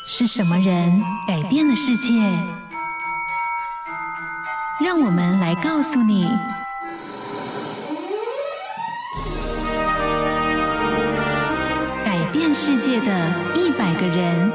是什么人改变了世界？让我们来告诉你：改变世界的100个人。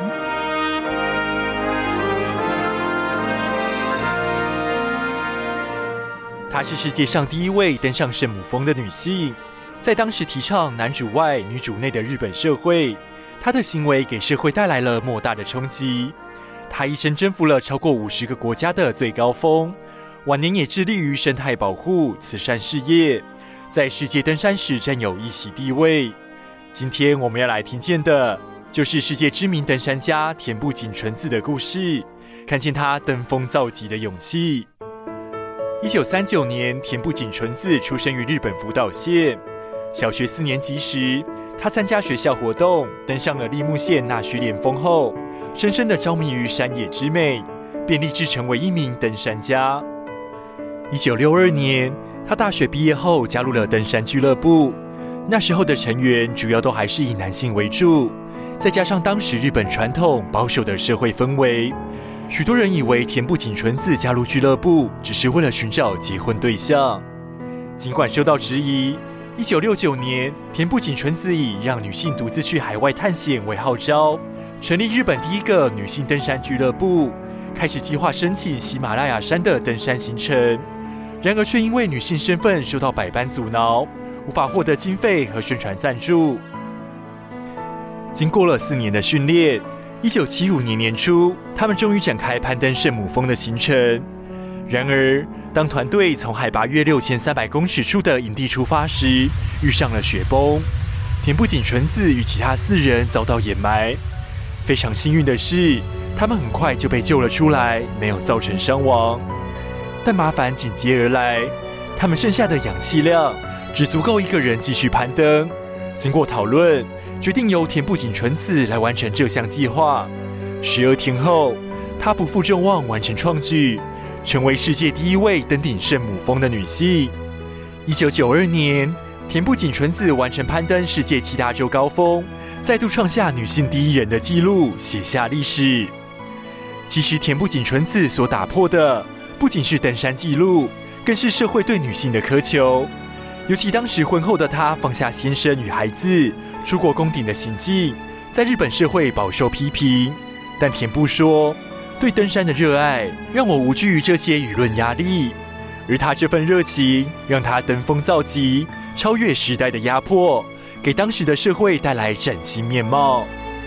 她是世界上第一位登上圣母峰的女性，在当时提倡男主外女主内的日本社会，她的行为给社会带来了莫大的冲击。她一生征服了超过50个国家的最高峰，晚年也致力于生态保护、慈善事业，在世界登山史占有一席地位。今天我们要来听见的，就是世界知名登山家田部井纯子的故事，看见她登峰造极的勇气。1939年，田部井纯子出生于日本福岛县。小学4年级时，她参加学校活动，登上了立木县那须连峰后，深深地着迷于山野之美，便立志成为一名登山家。1962年，她大学毕业后加入了登山俱乐部。那时候的成员主要都还是以男性为主，再加上当时日本传统保守的社会氛围，许多人以为田部井纯子加入俱乐部只是为了寻找结婚对象。尽管受到质疑，1969年，田部井纯子以让女性独自去海外探险为号召，成立日本第一个女性登山俱乐部，开始计划申请喜马拉雅山的登山行程。然而却因为女性身份受到百般阻挠，无法获得经费和宣传赞助。经过了4年的训练，1975年年初，他们终于展开攀登圣母峰的行程。然而，当团队从海拔约6300公尺处的营地出发时，遇上了雪崩，田部井纯子与其他4人遭到掩埋。非常幸运的是，他们很快就被救了出来，没有造成伤亡。但麻烦紧接而来，他们剩下的氧气量只足够1个人继续攀登。经过讨论，决定由田部井纯子来完成这项计划。12天后，她不负众望，完成创举，成为世界第一位登顶圣母峰的女性。1992年，田部井纯子完成攀登世界7大洲高峰，再度创下女性第一人的纪录，写下历史。其实，田部井纯子所打破的，不仅是登山纪录，更是社会对女性的苛求。尤其当时婚后的她放下先生与孩子，出国攻顶的行径，在日本社会饱受批评。但田部说，对登山的热爱让我无惧于这些舆论压力，而他这份热情让他登峰造极，超越时代的压迫，给当时的社会带来崭新面貌。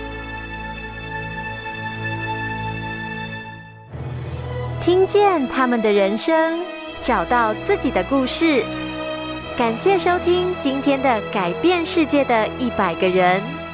听见他们的人生，找到自己的故事。感谢收听今天的改变世界的100个人。